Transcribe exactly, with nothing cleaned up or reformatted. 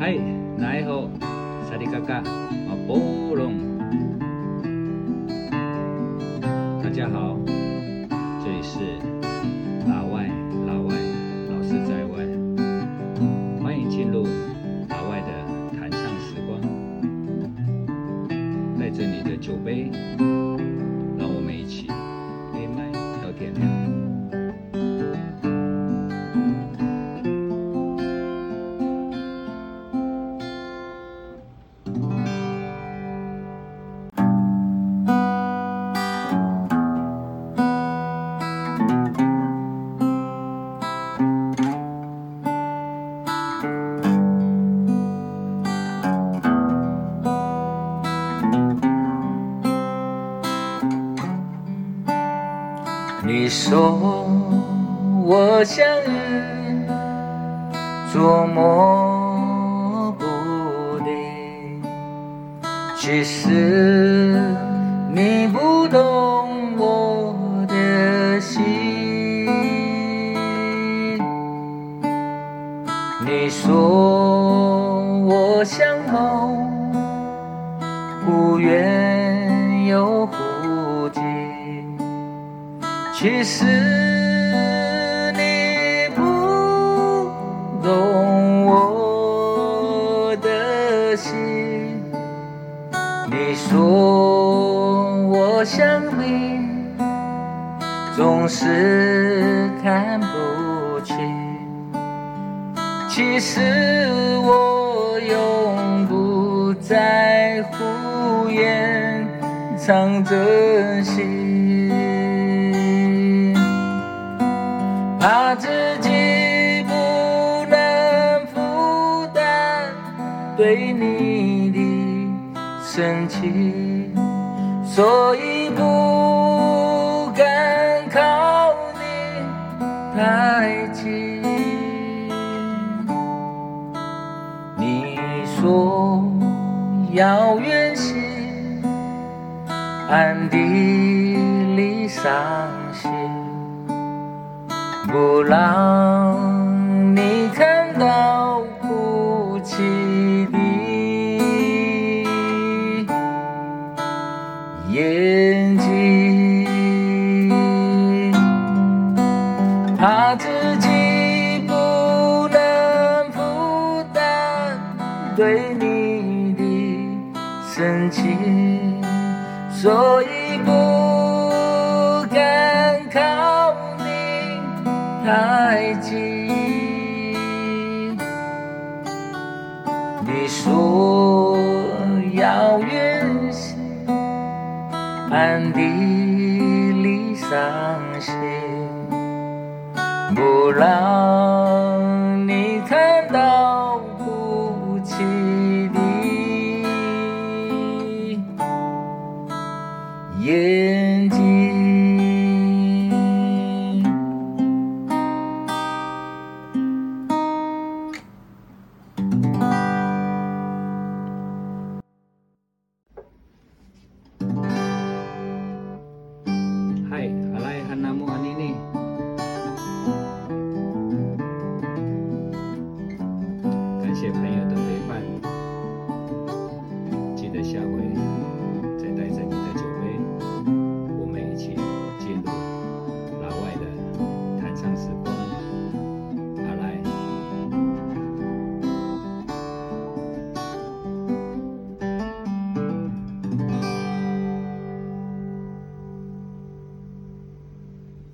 嗨，大家好，萨利嘎嘎，马波隆。大家好，这里是老外，老外，老师在外，欢迎进入老外的谈唱时光，带着你的酒杯，让我们一起开麦聊天聊。 你说我像云，捉摸不定，其实你不懂我的心。你说我像梦，忽远又忽近，其实你不懂我的心。你说我像你，总是看不清，其实我永不在乎掩藏真心，怕自己不能负担对你的深情，所以不敢靠你太近。你说要远行，暗地里伤心，不让你看到哭泣的眼睛，怕自己不能负担对你的深情，所以不敢靠太近。你说要远行，暗地里伤心，不让你看到哭泣的眼睛。 嗨，阿赖汉纳木阿尼尼，感谢朋友的陪伴，记得下回